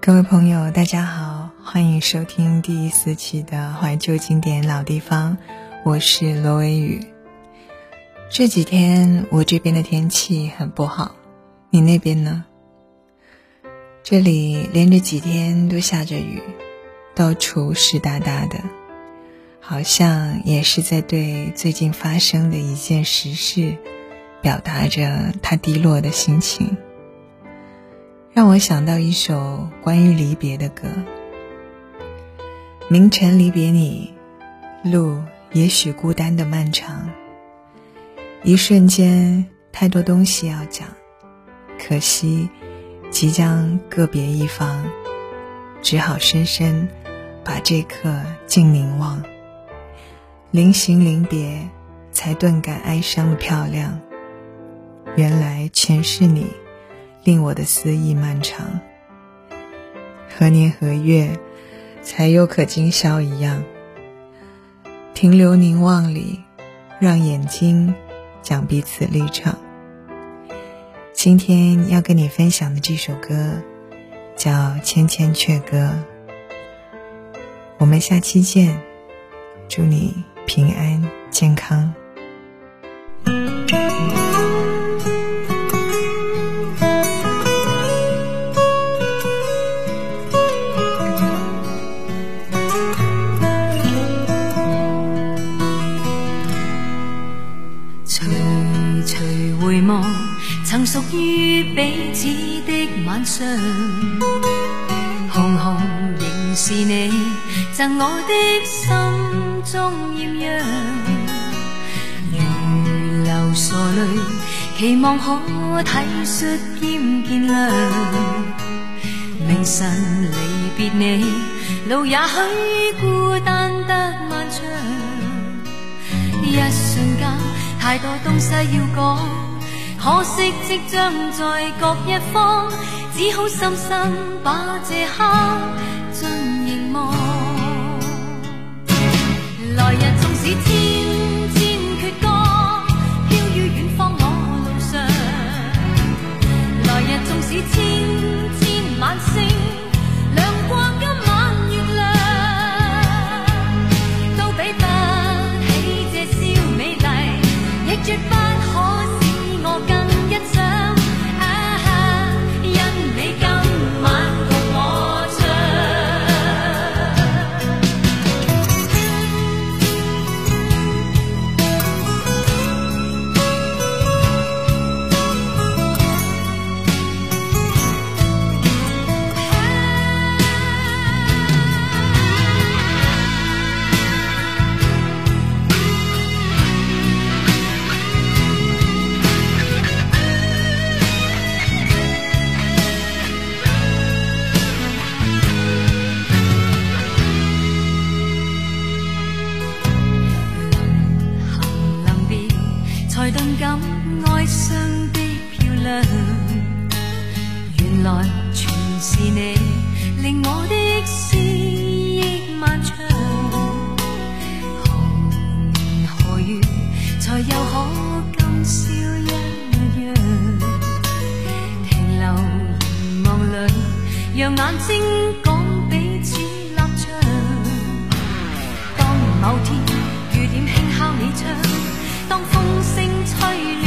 各位朋友大家好，欢迎收听第4期的怀旧经典老地方，我是罗维雨。这几天我这边的天气很不好，你那边呢？这里连着几天都下着雨，到处湿哒哒的，好像也是在对最近发生的一件实事表达着他低落的心情，让我想到一首关于离别的歌。明晨离别你，路也许孤单的漫长，一瞬间太多东西要讲，可惜即将个别一方，只好深深把这刻静凝望。临行临别，才顿感哀伤的漂亮，原来全是你令我的思忆漫长。何年何月才又可今宵一样，停留凝望里，让眼睛讲彼此立场。今天要跟你分享的这首歌叫《千千阙歌》，我们下期见，祝你平安健康。 回望曾屬於彼此的晚上，紅紅仍是你贈我的心中豔陽，如流傻淚，期望可體恤兼見諒。明晨離別你，路也許孤單得漫長，一瞬間太多東西要講，可惜即將在各一方，只好深深把這刻盡凝望。來日縱使千千闕歌，飄於遠方我路上，來日縱使千千晚星，亮過今晚月亮，都比不起這宵美麗，亦絕不才頓感哀傷的漂亮，原來全是你令我的思憶漫長。何年何月才又可今宵一樣，停留凝望裏，讓眼睛講彼此立場。當某天雨點輕敲你窗，當風聲吹